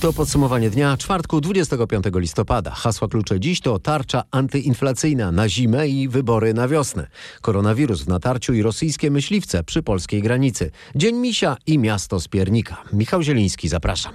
To podsumowanie dnia czwartku 25 listopada. Hasła klucze dziś to tarcza antyinflacyjna na zimę i wybory na wiosnę. Koronawirus w natarciu i rosyjskie myśliwce przy polskiej granicy. Dzień Misia i miasto z piernika. Michał Zieliński, zapraszam.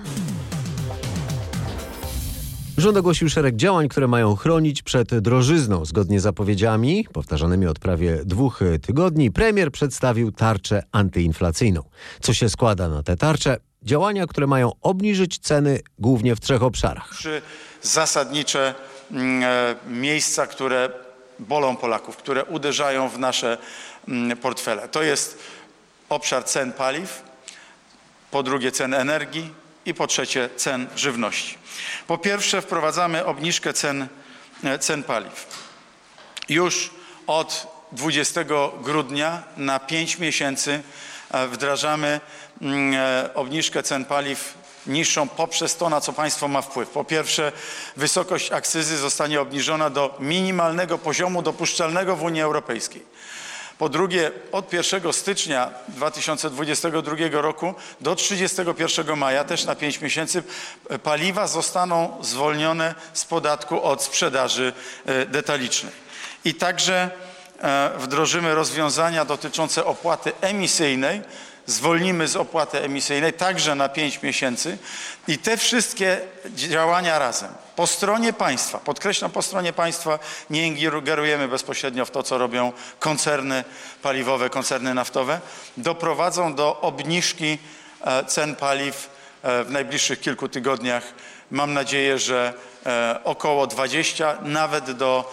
Rząd ogłosił szereg działań, które mają chronić przed drożyzną. Zgodnie z zapowiedziami, powtarzanymi od prawie 2 tygodni, premier przedstawił tarczę antyinflacyjną. Co się składa na tę tarczę? Działania, które mają obniżyć ceny głównie w 3 obszarach. 3 zasadnicze miejsca, które bolą Polaków, które uderzają w nasze portfele. To jest obszar cen paliw, po drugie cen energii i po trzecie cen żywności. Po pierwsze wprowadzamy obniżkę cen paliw. Już od 20 grudnia na 5 miesięcy wdrażamy obniżkę cen paliw niższą poprzez to, na co państwo ma wpływ. Po pierwsze, wysokość akcyzy zostanie obniżona do minimalnego poziomu dopuszczalnego w Unii Europejskiej. Po drugie, od 1 stycznia 2022 roku do 31 maja, też na 5 miesięcy, paliwa zostaną zwolnione z podatku od sprzedaży detalicznej. I także wdrożymy rozwiązania dotyczące opłaty emisyjnej. Zwolnimy z opłaty emisyjnej także na 5 miesięcy i te wszystkie działania razem po stronie państwa, podkreślam po stronie państwa, nie ingerujemy bezpośrednio w to, co robią koncerny paliwowe, koncerny naftowe, doprowadzą do obniżki cen paliw w najbliższych kilku tygodniach. Mam nadzieję, że około 20, nawet do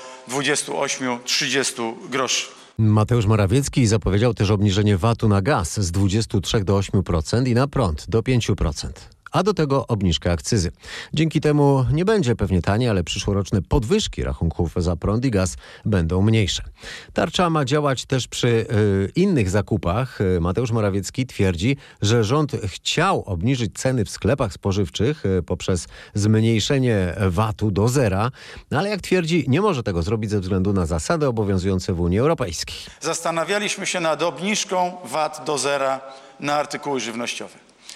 28-30 groszy. Mateusz Morawiecki zapowiedział też obniżenie VAT-u na gaz z 23 do 8% i na prąd do 5%. A do tego obniżka akcyzy. Dzięki temu nie będzie pewnie taniej, ale przyszłoroczne podwyżki rachunków za prąd i gaz będą mniejsze. Tarcza ma działać też przy innych zakupach. Mateusz Morawiecki twierdzi, że rząd chciał obniżyć ceny w sklepach spożywczych poprzez zmniejszenie VAT-u do zera, ale jak twierdzi, nie może tego zrobić ze względu na zasady obowiązujące w Unii Europejskiej. Zastanawialiśmy się nad obniżką VAT do zera na artykuły żywnościowe.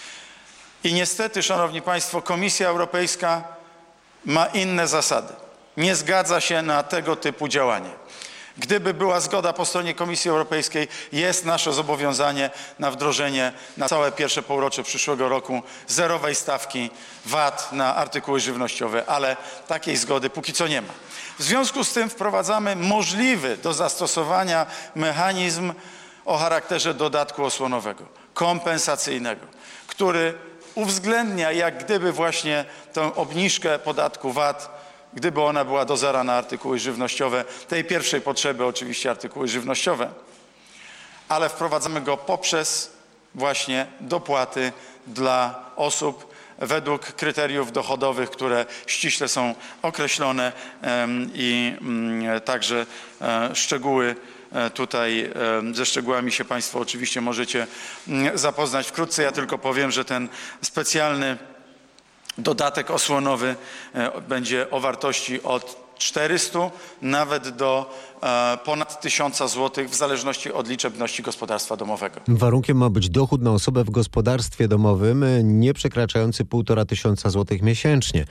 I niestety, szanowni państwo, Komisja Europejska ma inne zasady. Nie zgadza się na tego typu działanie. Gdyby była zgoda po stronie Komisji Europejskiej, jest nasze zobowiązanie na wdrożenie na całe pierwsze półrocze przyszłego roku zerowej stawki VAT na artykuły żywnościowe, ale takiej zgody póki co nie ma. W związku z tym wprowadzamy możliwy do zastosowania mechanizm o charakterze dodatku osłonowego, kompensacyjnego, który uwzględnia jak gdyby właśnie tę obniżkę podatku VAT, gdyby ona była do zera na artykuły żywnościowe, tej pierwszej potrzeby oczywiście artykuły żywnościowe, ale wprowadzamy go poprzez właśnie dopłaty dla osób według kryteriów dochodowych, które ściśle są określone i także szczegóły tutaj, ze szczegółami się państwo oczywiście możecie zapoznać wkrótce. Ja tylko powiem, że ten specjalny dodatek osłonowy będzie o wartości od 400 nawet do ponad 1000 zł w zależności od liczebności gospodarstwa domowego. Warunkiem ma być dochód na osobę w gospodarstwie domowym nie przekraczający 1500 zł miesięcznie.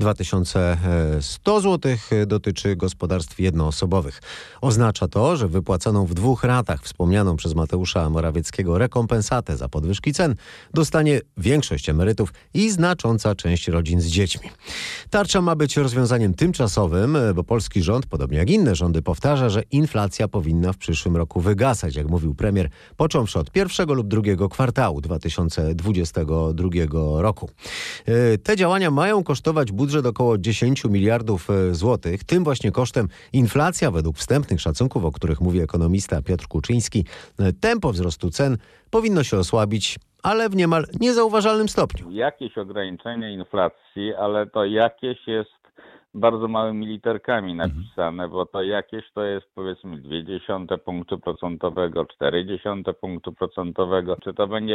2100 zł dotyczy gospodarstw jednoosobowych. Oznacza to, że wypłacaną w 2 ratach wspomnianą przez Mateusza Morawieckiego rekompensatę za podwyżki cen dostanie większość emerytów i znacząca część rodzin z dziećmi. Tarcza ma być rozwiązaniem tymczasowym, bo polski rząd, podobnie jak inne rządy, powtarza, że inflacja powinna w przyszłym roku wygasać, jak mówił premier, począwszy od 1 lub 2 kwartału 2022 roku. Te działania mają kosztować budżet około 10 miliardów złotych. Tym właśnie kosztem inflacja, według wstępnych szacunków, o których mówi ekonomista Piotr Kuczyński, tempo wzrostu cen powinno się osłabić, ale w niemal niezauważalnym stopniu. Jakieś ograniczenie inflacji, ale to jakieś jest bardzo małymi literkami napisane, bo to jakieś to jest powiedzmy 0,2 punktu procentowego, 0,4 punktu procentowego, czy to będzie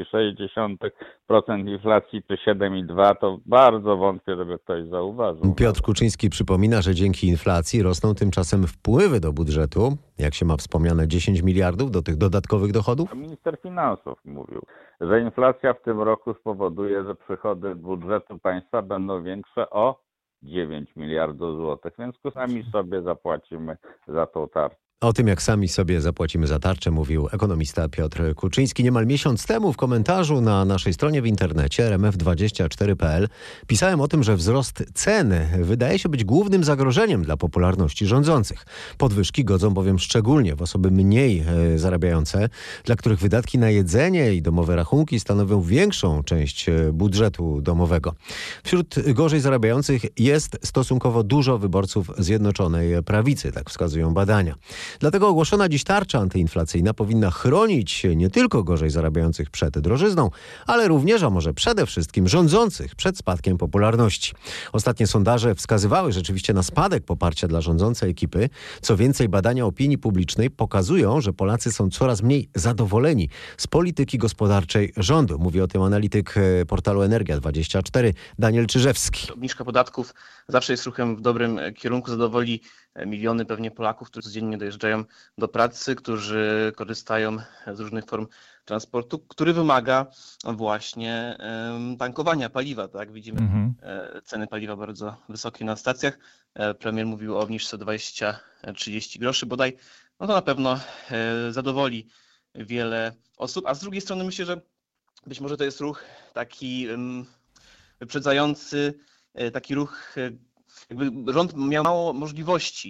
6,6% inflacji, czy 7,2, to bardzo wątpię, żeby ktoś zauważył. Piotr Kuczyński przypomina, że dzięki inflacji rosną tymczasem wpływy do budżetu. Jak się ma wspomniane 10 miliardów do tych dodatkowych dochodów? Minister finansów mówił, że inflacja w tym roku spowoduje, że przychody budżetu państwa będą większe o 9 miliardów złotych, więc sami sobie zapłacimy za tą tarczę. O tym, jak sami sobie zapłacimy za tarczę, mówił ekonomista Piotr Kuczyński. Niemal miesiąc temu w komentarzu na naszej stronie w internecie rmf24.pl pisałem o tym, że wzrost cen wydaje się być głównym zagrożeniem dla popularności rządzących. Podwyżki godzą bowiem szczególnie w osoby mniej zarabiające, dla których wydatki na jedzenie i domowe rachunki stanowią większą część budżetu domowego. Wśród gorzej zarabiających jest stosunkowo dużo wyborców Zjednoczonej Prawicy, tak wskazują badania. Dlatego ogłoszona dziś tarcza antyinflacyjna powinna chronić nie tylko gorzej zarabiających przed drożyzną, ale również, a może przede wszystkim rządzących przed spadkiem popularności. Ostatnie sondaże wskazywały rzeczywiście na spadek poparcia dla rządzącej ekipy. Co więcej, badania opinii publicznej pokazują, że Polacy są coraz mniej zadowoleni z polityki gospodarczej rządu. Mówi o tym analityk portalu Energia24 Daniel Czyżewski. Obniżka podatków zawsze jest ruchem w dobrym kierunku, zadowoli miliony pewnie Polaków, którzy codziennie dojeżdżają do pracy, którzy korzystają z różnych form transportu, który wymaga właśnie tankowania paliwa. Tak? Widzimy ceny paliwa bardzo wysokie na stacjach. Premier mówił o obniżce 20-30 groszy bodaj. No to na pewno zadowoli wiele osób, a z drugiej strony myślę, że być może to jest ruch taki wyprzedzający, taki ruch, jakby rząd miał mało możliwości.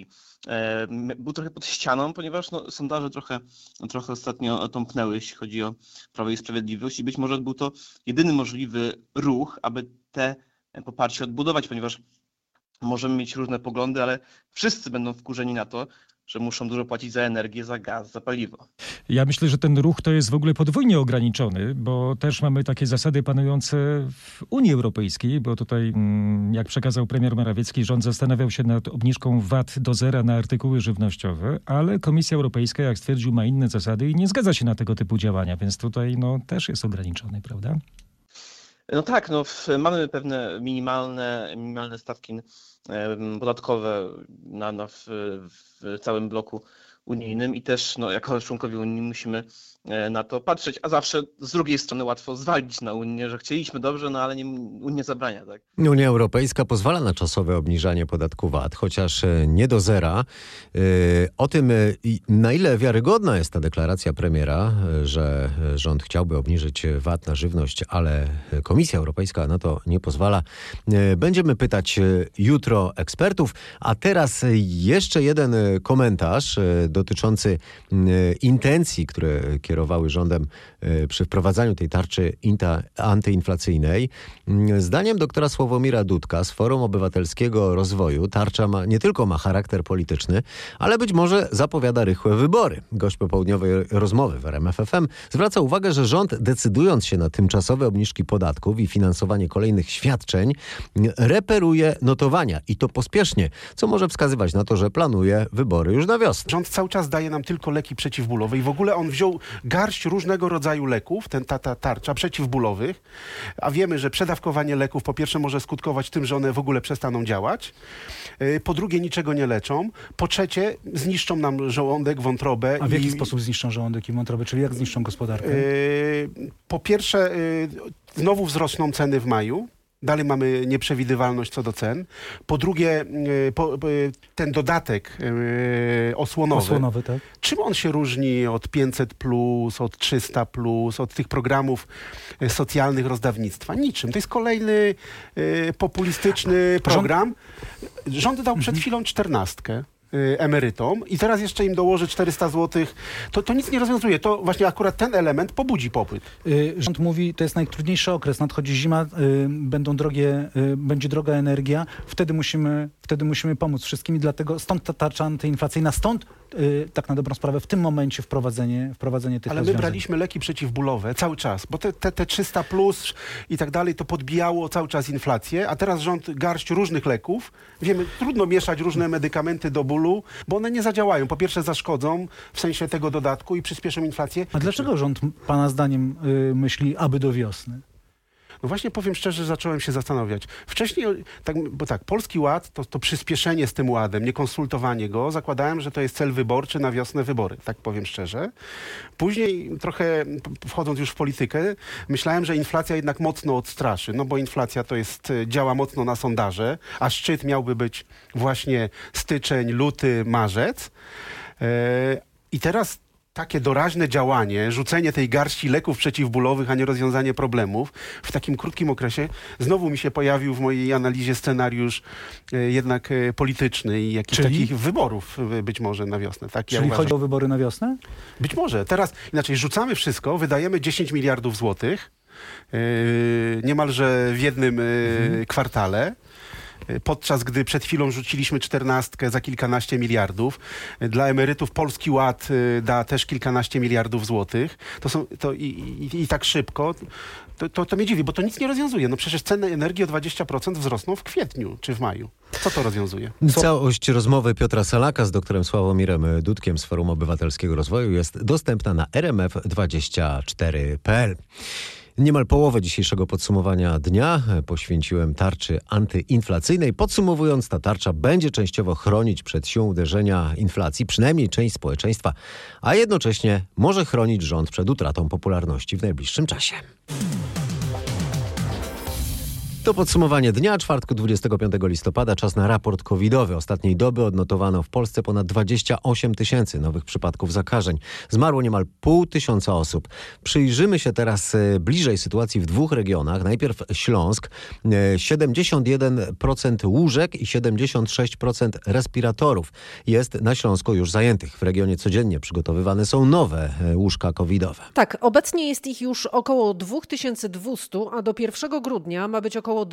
Był trochę pod ścianą, ponieważ sondaże trochę ostatnio tąpnęły, jeśli chodzi o Prawo i Sprawiedliwość i być może był to jedyny możliwy ruch, aby te poparcie odbudować, ponieważ możemy mieć różne poglądy, ale wszyscy będą wkurzeni na to, że muszą dużo płacić za energię, za gaz, za paliwo. Ja myślę, że ten ruch to jest w ogóle podwójnie ograniczony, bo też mamy takie zasady panujące w Unii Europejskiej, bo tutaj, jak przekazał premier Morawiecki, rząd zastanawiał się nad obniżką VAT do zera na artykuły żywnościowe, ale Komisja Europejska, jak stwierdził, ma inne zasady i nie zgadza się na tego typu działania, więc tutaj też jest ograniczony, prawda? No tak, mamy pewne minimalne stawki podatkowe w całym bloku unijnym i też jako członkowie Unii musimy na to patrzeć, a zawsze z drugiej strony łatwo zwalić na Unię, że chcieliśmy dobrze, ale Unia zabrania. Tak? Unia Europejska pozwala na czasowe obniżanie podatku VAT, chociaż nie do zera. O tym, na ile wiarygodna jest ta deklaracja premiera, że rząd chciałby obniżyć VAT na żywność, ale Komisja Europejska na to nie pozwala. Będziemy pytać jutro ekspertów, a teraz jeszcze jeden komentarz dotyczący intencji, które kierowały rządem przy wprowadzaniu tej tarczy antyinflacyjnej. Zdaniem doktora Sławomira Dudka z Forum Obywatelskiego Rozwoju tarcza nie tylko ma charakter polityczny, ale być może zapowiada rychłe wybory. Gość popołudniowej rozmowy w RMF FM zwraca uwagę, że rząd, decydując się na tymczasowe obniżki podatków i finansowanie kolejnych świadczeń, reperuje notowania i to pospiesznie, co może wskazywać na to, że planuje wybory już na wiosnę. Rząd cały czas daje nam tylko leki przeciwbólowe i w ogóle on wziął garść różnego rodzaju leków, ta tarcza przeciwbólowych, a wiemy, że przedawkowanie leków po pierwsze może skutkować tym, że one w ogóle przestaną działać, po drugie niczego nie leczą, po trzecie zniszczą nam żołądek, wątrobę. A w jaki sposób zniszczą żołądek i wątrobę, czyli jak zniszczą gospodarkę? Po pierwsze znowu wzrosną ceny w maju. Dalej mamy nieprzewidywalność co do cen. Po drugie, ten dodatek osłonowy, tak? Czym on się różni od 500+, od 300+, od tych programów socjalnych rozdawnictwa? Niczym. To jest kolejny populistyczny program. Rząd dał przed chwilą 14 emerytom i teraz jeszcze im dołoży 400 zł, to nic nie rozwiązuje. To właśnie akurat ten element pobudzi popyt. Rząd mówi, to jest najtrudniejszy okres, nadchodzi zima, będzie droga energia, wtedy musimy pomóc wszystkim i dlatego stąd ta tarcza antyinflacyjna, stąd tak na dobrą sprawę w tym momencie wprowadzenie tych Ale my rozwiązań? braliśmy leki przeciwbólowe cały czas, bo te 300 plus i tak dalej, to podbijało cały czas inflację, a teraz rząd garść różnych leków. Wiemy, trudno mieszać różne medykamenty do bólu, bo one nie zadziałają. Po pierwsze zaszkodzą w sensie tego dodatku i przyspieszą inflację. A dlaczego rząd pana zdaniem myśli, aby do wiosny? No właśnie powiem szczerze, zacząłem się zastanawiać. Wcześniej, Polski Ład, to przyspieszenie z tym ładem, nie konsultowanie go, zakładałem, że to jest cel wyborczy na wiosnę wybory, tak powiem szczerze. Później trochę wchodząc już w politykę, myślałem, że inflacja jednak mocno odstraszy, no bo inflacja działa mocno na sondaże, a szczyt miałby być właśnie styczeń, luty, marzec. I teraz takie doraźne działanie, rzucenie tej garści leków przeciwbólowych, a nie rozwiązanie problemów w takim krótkim okresie, znowu mi się pojawił w mojej analizie scenariusz jednak polityczny i jakichś takich wyborów być może na wiosnę. Tak, Czyli chodzi o wybory na wiosnę? Być może. Teraz inaczej rzucamy wszystko, wydajemy 10 miliardów złotych niemalże w jednym kwartale. Podczas gdy przed chwilą rzuciliśmy 14 za kilkanaście miliardów. Dla emerytów Polski Ład da też kilkanaście miliardów złotych. I tak szybko. To mnie dziwi, bo to nic nie rozwiązuje. No przecież ceny energii o 20% wzrosną w kwietniu czy w maju. Co to rozwiązuje? Całość rozmowy Piotra Salaka z doktorem Sławomirem Dudkiem z Forum Obywatelskiego Rozwoju jest dostępna na rmf24.pl. Niemal połowę dzisiejszego podsumowania dnia poświęciłem tarczy antyinflacyjnej. Podsumowując, ta tarcza będzie częściowo chronić przed siłą uderzenia inflacji, przynajmniej część społeczeństwa, a jednocześnie może chronić rząd przed utratą popularności w najbliższym czasie. To podsumowanie dnia, czwartku 25 listopada, czas na raport covidowy. Ostatniej doby odnotowano w Polsce ponad 28 000 nowych przypadków zakażeń. Zmarło niemal 500 osób. Przyjrzymy się teraz bliżej sytuacji w dwóch regionach. Najpierw Śląsk. 71% łóżek i 76% respiratorów jest na Śląsku już zajętych. W regionie codziennie przygotowywane są nowe łóżka covidowe. Tak, obecnie jest ich już około 2200, a do 1 grudnia ma być około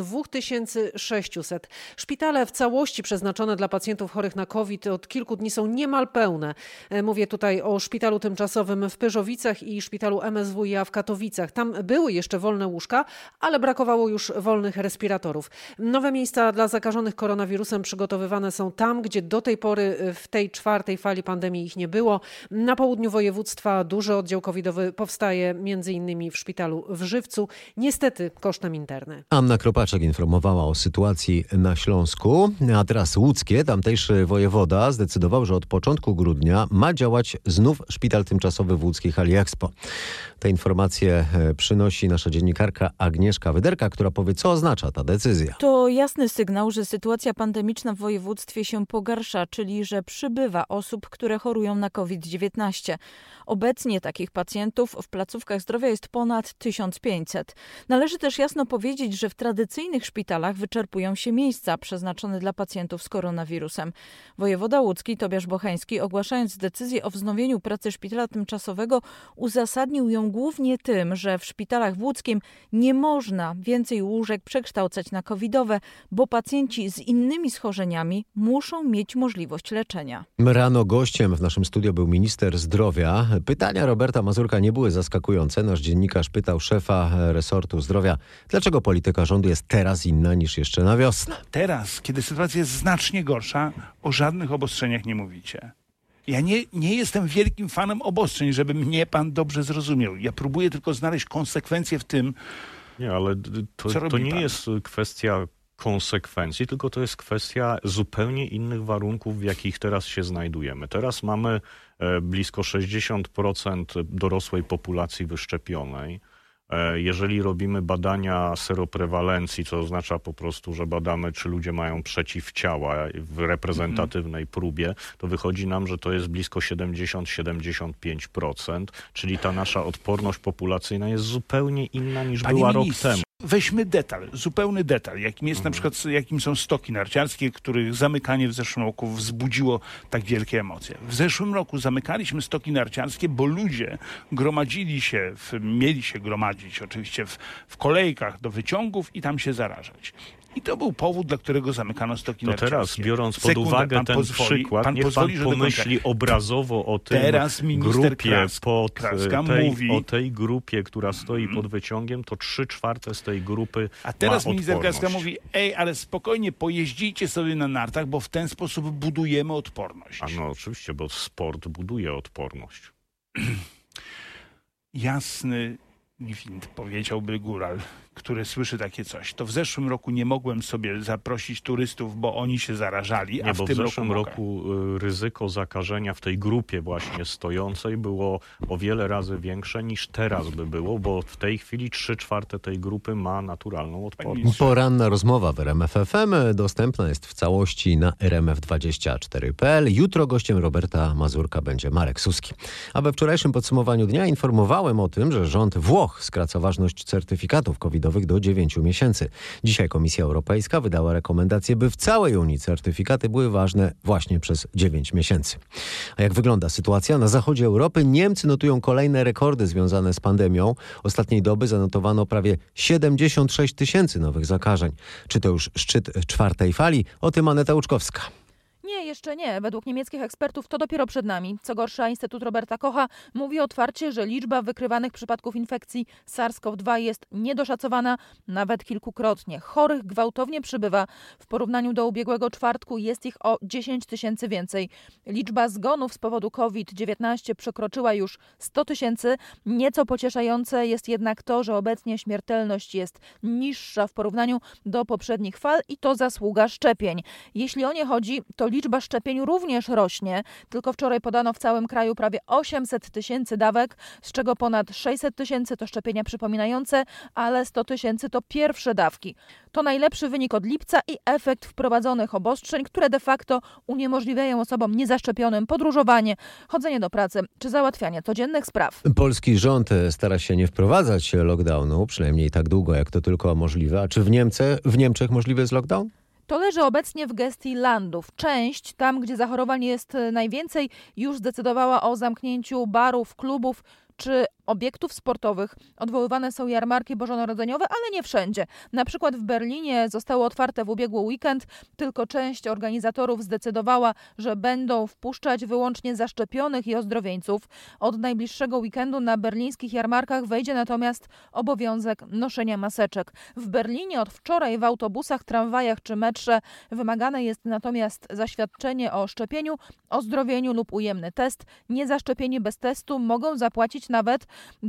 2600. Szpitale w całości przeznaczone dla pacjentów chorych na COVID od kilku dni są niemal pełne. Mówię tutaj o szpitalu tymczasowym w Pyrzowicach i szpitalu MSWiA w Katowicach. Tam były jeszcze wolne łóżka, ale brakowało już wolnych respiratorów. Nowe miejsca dla zakażonych koronawirusem przygotowywane są tam, gdzie do tej pory w tej czwartej fali pandemii ich nie było. Na południu województwa duży oddział covidowy powstaje m.in. w szpitalu w Żywcu. Niestety kosztem interny. Anna Kropaczek informowała o sytuacji na Śląsku, a teraz łódzkie. Tamtejszy wojewoda zdecydował, że od początku grudnia ma działać znów szpital tymczasowy w łódzkiej hali Expo. Te informacje przynosi nasza dziennikarka Agnieszka Wyderka, która powie, co oznacza ta decyzja. To jasny sygnał, że sytuacja pandemiczna w województwie się pogarsza, czyli że przybywa osób, które chorują na COVID-19. Obecnie takich pacjentów w placówkach zdrowia jest ponad 1500. Należy też jasno powiedzieć, że w tradycyjnych szpitalach wyczerpują się miejsca przeznaczone dla pacjentów z koronawirusem. Wojewoda łódzki Tobiasz Bocheński, ogłaszając decyzję o wznowieniu pracy szpitala tymczasowego, uzasadnił ją głównie tym, że w szpitalach w Łódzkiem nie można więcej łóżek przekształcać na covidowe, bo pacjenci z innymi schorzeniami muszą mieć możliwość leczenia. Rano gościem w naszym studio był minister zdrowia. Pytania Roberta Mazurka nie były zaskakujące. Nasz dziennikarz pytał szefa resortu zdrowia, dlaczego polityka rządu jest teraz inna niż jeszcze na wiosnę. Teraz, kiedy sytuacja jest znacznie gorsza, o żadnych obostrzeniach nie mówicie. Ja nie jestem wielkim fanem obostrzeń, żeby mnie pan dobrze zrozumiał. Ja próbuję tylko znaleźć konsekwencje w tym, nie, ale to nie pan? jest kwestia konsekwencji, tylko to jest kwestia zupełnie innych warunków, w jakich teraz się znajdujemy. Teraz mamy blisko 60% dorosłej populacji wyszczepionej. Jeżeli robimy badania seroprewalencji, co oznacza po prostu, że badamy, czy ludzie mają przeciwciała w reprezentatywnej próbie, to wychodzi nam, że to jest blisko 70-75%, czyli ta nasza odporność populacyjna jest zupełnie inna niż była rok temu. Weźmy detal, zupełny detal, jakim jest na przykład, jakim są stoki narciarskie, których zamykanie w zeszłym roku wzbudziło tak wielkie emocje. W zeszłym roku zamykaliśmy stoki narciarskie, bo ludzie gromadzili się, mieli się gromadzić oczywiście w kolejkach do wyciągów i tam się zarażać. I to był powód, dla którego zamykano stoki narciarskie. Teraz, biorąc pod uwagę ten przykład, niech pan pomyśli obrazowo o tym grupie o tej grupie, która stoi pod wyciągiem, to 3/4 z tej grupy A teraz ma minister odporność. Kraska mówi, ale spokojnie pojeździcie sobie na nartach, bo w ten sposób budujemy odporność. A no oczywiście, bo sport buduje odporność. Jasny gwint, powiedziałby góral, który słyszy takie coś. To w zeszłym roku nie mogłem sobie zaprosić turystów, bo oni się zarażali, a bo w tym zeszłym roku ryzyko zakażenia w tej grupie właśnie stojącej było o wiele razy większe niż teraz by było, bo w tej chwili 3/4 tej grupy ma naturalną odporność. Poranna rozmowa w RMF FM dostępna jest w całości na rmf24.pl. Jutro gościem Roberta Mazurka będzie Marek Suski. A we wczorajszym podsumowaniu dnia informowałem o tym, że rząd Włoch skraca ważność certyfikatów covidowych do 9 miesięcy. Dzisiaj Komisja Europejska wydała rekomendację, by w całej Unii certyfikaty były ważne właśnie przez 9 miesięcy. A jak wygląda sytuacja na zachodzie Europy? Niemcy notują kolejne rekordy związane z pandemią. Ostatniej doby zanotowano prawie 76 000 nowych zakażeń. Czy to już szczyt 4. fali? O tym Aneta Łuczkowska. Nie, jeszcze nie. Według niemieckich ekspertów to dopiero przed nami. Co gorsza, Instytut Roberta Kocha mówi otwarcie, że liczba wykrywanych przypadków infekcji SARS-CoV-2 jest niedoszacowana nawet kilkukrotnie. Chorych gwałtownie przybywa. W porównaniu do ubiegłego czwartku jest ich o 10 000 więcej. Liczba zgonów z powodu COVID-19 przekroczyła już 100 000. Nieco pocieszające jest jednak to, że obecnie śmiertelność jest niższa w porównaniu do poprzednich fal i to zasługa szczepień. Jeśli o nie chodzi, to liczba szczepień również rośnie. Tylko wczoraj podano w całym kraju prawie 800 000 dawek, z czego ponad 600 000 to szczepienia przypominające, ale 100 000 to pierwsze dawki. To najlepszy wynik od lipca i efekt wprowadzonych obostrzeń, które de facto uniemożliwiają osobom niezaszczepionym podróżowanie, chodzenie do pracy czy załatwianie codziennych spraw. Polski rząd stara się nie wprowadzać lockdownu, przynajmniej tak długo, jak to tylko możliwe. A czy w Niemczech możliwy jest lockdown? To leży obecnie w gestii landów. Część, tam gdzie zachorowań jest najwięcej, już zdecydowała o zamknięciu barów, klubów czy obiektów sportowych. Odwoływane są jarmarki bożonarodzeniowe, ale nie wszędzie. Na przykład w Berlinie zostało otwarte w ubiegły weekend, tylko część organizatorów zdecydowała, że będą wpuszczać wyłącznie zaszczepionych i ozdrowieńców. Od najbliższego weekendu na berlińskich jarmarkach wejdzie natomiast obowiązek noszenia maseczek. W Berlinie od wczoraj w autobusach, tramwajach czy metrze wymagane jest natomiast zaświadczenie o szczepieniu, ozdrowieniu lub ujemny test. Niezaszczepieni bez testu mogą zapłacić nawet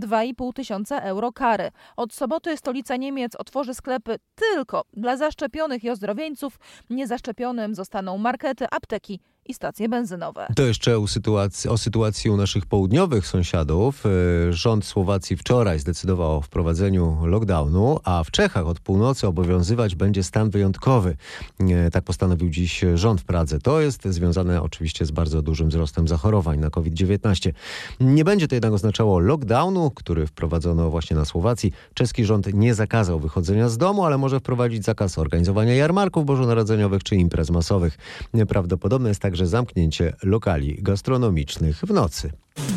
2,5 tysiąca euro kary. Od soboty stolica Niemiec otworzy sklepy tylko dla zaszczepionych i ozdrowieńców. Niezaszczepionym zostaną markety, apteki i stacje benzynowe. To jeszcze o sytuacji u naszych południowych sąsiadów. Rząd Słowacji wczoraj zdecydował o wprowadzeniu lockdownu, a w Czechach od północy obowiązywać będzie stan wyjątkowy. Tak postanowił dziś rząd w Pradze. To jest związane oczywiście z bardzo dużym wzrostem zachorowań na COVID-19. Nie będzie to jednak oznaczało lockdownu, który wprowadzono właśnie na Słowacji. Czeski rząd nie zakazał wychodzenia z domu, ale może wprowadzić zakaz organizowania jarmarków bożonarodzeniowych czy imprez masowych. Prawdopodobne jest także zamknięcie lokali gastronomicznych w nocy.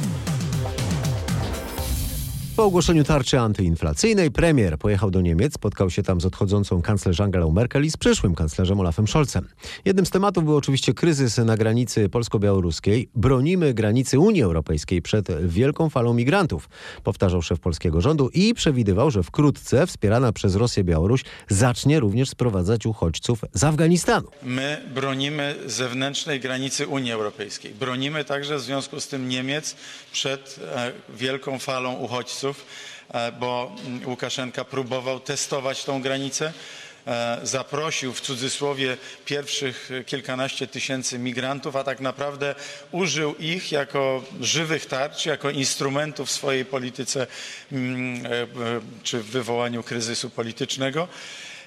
Po ogłoszeniu tarczy antyinflacyjnej premier pojechał do Niemiec, spotkał się tam z odchodzącą kanclerz Angelą Merkel i z przyszłym kanclerzem Olafem Scholzem. Jednym z tematów był oczywiście kryzys na granicy polsko-białoruskiej. Bronimy granicy Unii Europejskiej przed wielką falą migrantów, powtarzał szef polskiego rządu i przewidywał, że wkrótce wspierana przez Rosję Białoruś zacznie również sprowadzać uchodźców z Afganistanu. My bronimy zewnętrznej granicy Unii Europejskiej. Bronimy także w związku z tym Niemiec przed wielką falą uchodźców, bo Łukaszenka próbował testować tą granicę. Zaprosił w cudzysłowie pierwszych kilkanaście tysięcy migrantów, a tak naprawdę użył ich jako żywych tarcz, jako instrumentów w swojej polityce czy w wywołaniu kryzysu politycznego.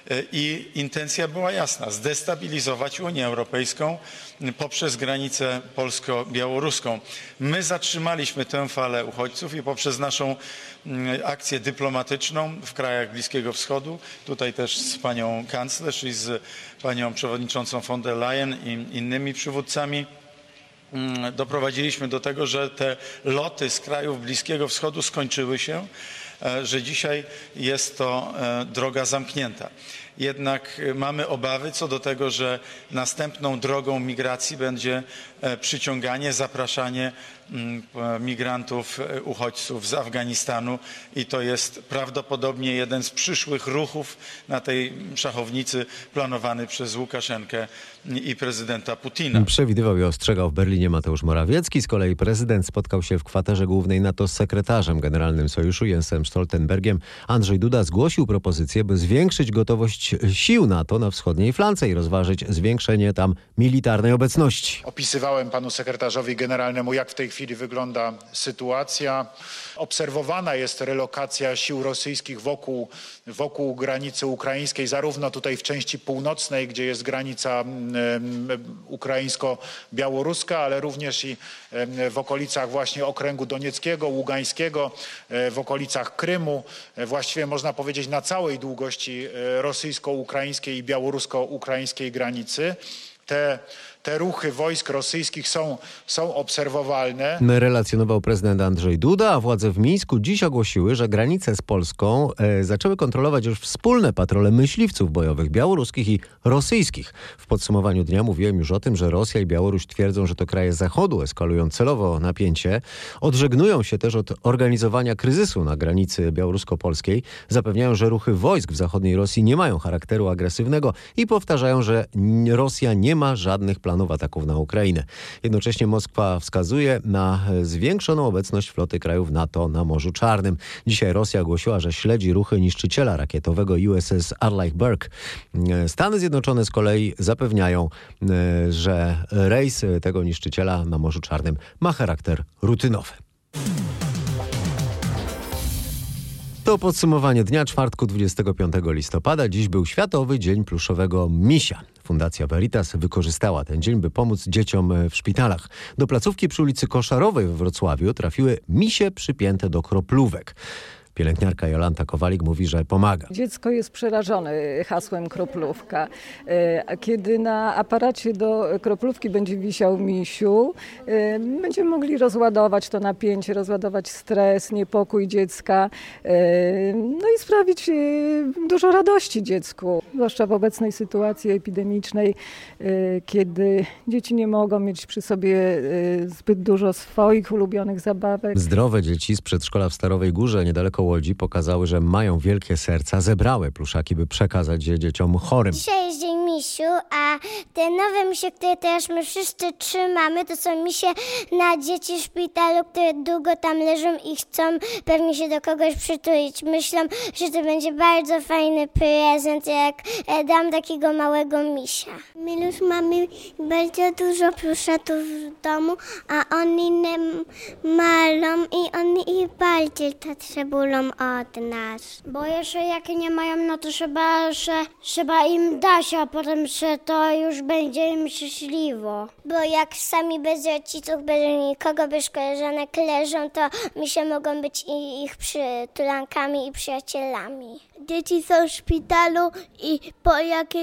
I intencja była jasna, zdestabilizować Unię Europejską poprzez granicę polsko-białoruską. My zatrzymaliśmy tę falę uchodźców i poprzez naszą akcję dyplomatyczną w krajach Bliskiego Wschodu, tutaj też z panią kanclerz i z panią przewodniczącą von der Leyen i innymi przywódcami, doprowadziliśmy do tego, że te loty z krajów Bliskiego Wschodu skończyły się, że dzisiaj jest to droga zamknięta. Jednak mamy obawy co do tego, że następną drogą migracji będzie przyciąganie, zapraszanie migrantów, uchodźców z Afganistanu i to jest prawdopodobnie jeden z przyszłych ruchów na tej szachownicy planowany przez Łukaszenkę i prezydenta Putina. Przewidywał i ostrzegał w Berlinie Mateusz Morawiecki. Z kolei prezydent spotkał się w kwaterze głównej NATO z sekretarzem generalnym sojuszu Jensem Stoltenbergiem. Andrzej Duda zgłosił propozycję, by zwiększyć gotowość sił NATO na wschodniej flance i rozważyć zwiększenie tam militarnej obecności. Opisywałem panu sekretarzowi generalnemu, jak w tej chwili wygląda sytuacja. Obserwowana jest relokacja sił rosyjskich wokół granicy ukraińskiej, zarówno tutaj w części północnej, gdzie jest granica ukraińsko-białoruska, ale również i w okolicach właśnie okręgu donieckiego, ługańskiego, w okolicach Krymu, właściwie można powiedzieć na całej długości rosyjsko-ukraińskiej i białorusko-ukraińskiej granicy. Te ruchy wojsk rosyjskich są obserwowalne. Relacjonował prezydent Andrzej Duda, a władze w Mińsku dziś ogłosiły, że granice z Polską zaczęły kontrolować już wspólne patrole myśliwców bojowych białoruskich i rosyjskich. W podsumowaniu dnia mówiłem już o tym, że Rosja i Białoruś twierdzą, że to kraje Zachodu eskalują celowo napięcie. Odżegnują się też od organizowania kryzysu na granicy białorusko-polskiej. Zapewniają, że ruchy wojsk w zachodniej Rosji nie mają charakteru agresywnego i powtarzają, że Rosja nie ma żadnych planów ataków na Ukrainę. Jednocześnie Moskwa wskazuje na zwiększoną obecność floty krajów NATO na Morzu Czarnym. Dzisiaj Rosja ogłosiła, że śledzi ruchy niszczyciela rakietowego USS Arleigh Burke. Stany Zjednoczone z kolei zapewniają, że rejs tego niszczyciela na Morzu Czarnym ma charakter rutynowy. To podsumowanie dnia czwartku 25 listopada. Dziś był Światowy Dzień Pluszowego Misia. Fundacja Veritas wykorzystała ten dzień, by pomóc dzieciom w szpitalach. Do placówki przy ulicy Koszarowej we Wrocławiu trafiły misie przypięte do kroplówek. Pielęgniarka Jolanta Kowalik mówi, że pomaga. Dziecko jest przerażone hasłem kroplówka. A kiedy na aparacie do kroplówki będzie wisiał misiu, będziemy mogli rozładować to napięcie, rozładować stres, niepokój dziecka, no i sprawić dużo radości dziecku. Zwłaszcza w obecnej sytuacji epidemicznej, kiedy dzieci nie mogą mieć przy sobie zbyt dużo swoich ulubionych zabawek. Zdrowe dzieci z przedszkola w Starowej Górze, niedaleko Łodzi, pokazały, że mają wielkie serca, zebrały pluszaki, by przekazać je dzieciom chorym. Dzisiaj jest Dzień Misiu, a te nowe misie, które teraz my wszyscy trzymamy, to są misie na dzieci w szpitalu, które długo tam leżą i chcą pewnie się do kogoś przytulić. Myślą, że to będzie bardzo fajny prezent, jak dam takiego małego misia. My już mamy bardzo dużo pluszatów w domu, a oni malą i oni ich bardziej potrzebują od nas. Bo jeszcze jak nie mają, no to trzeba im dać, a potem że to już będzie im szczęśliwo. Bo jak sami bez rodziców, bez nikogo, bez koleżanek leżą, to mi się mogą być ich przytulankami i przyjacielami. Dzieci są w szpitalu i po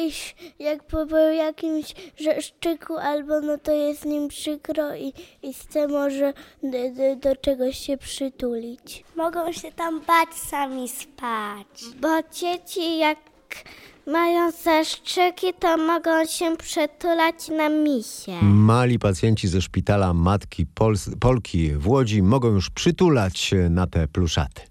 jakimś szczyku albo no to jest im przykro i chce może do czegoś się przytulić. Mogą się tam bać sami spać. Bo dzieci jak mają zaszczyki, to mogą się przytulać na misie. Mali pacjenci ze szpitala Matki Polki w Łodzi mogą już przytulać na te pluszaty.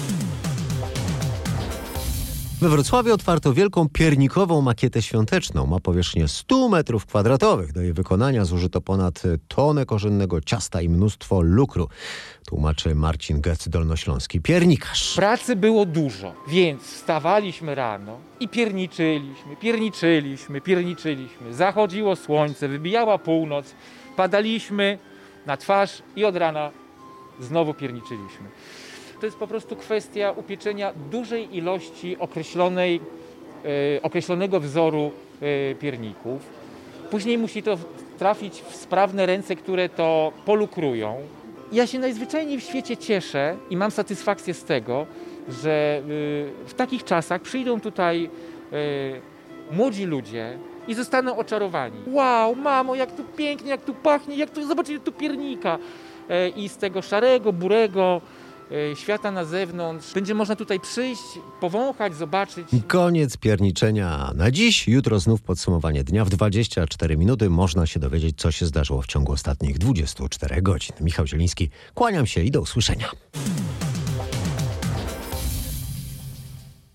We Wrocławiu otwarto wielką piernikową makietę świąteczną. Ma powierzchnię 100 metrów kwadratowych. Do jej wykonania zużyto ponad tonę korzennego ciasta i mnóstwo lukru. Tłumaczy Marcin Gec, dolnośląski piernikarz. Pracy było dużo, więc wstawaliśmy rano i pierniczyliśmy. Zachodziło słońce, wybijała północ, padaliśmy na twarz i od rana znowu pierniczyliśmy. To jest po prostu kwestia upieczenia dużej ilości określonej określonego wzoru pierników. Później musi to trafić w sprawne ręce, które to polukrują. Ja się najzwyczajniej w świecie cieszę i mam satysfakcję z tego, że w takich czasach przyjdą tutaj młodzi ludzie i zostaną oczarowani. Wow, mamo, jak tu pięknie, jak tu pachnie, jak tu, zobaczcie, tu piernika. I z tego szarego, burego świata na zewnątrz będzie można tutaj przyjść, powąchać, zobaczyć. Koniec pierniczenia na dziś. Jutro znów podsumowanie dnia. W 24 minuty można się dowiedzieć, co się zdarzyło w ciągu ostatnich 24 godzin. Michał Zieliński, kłaniam się i do usłyszenia.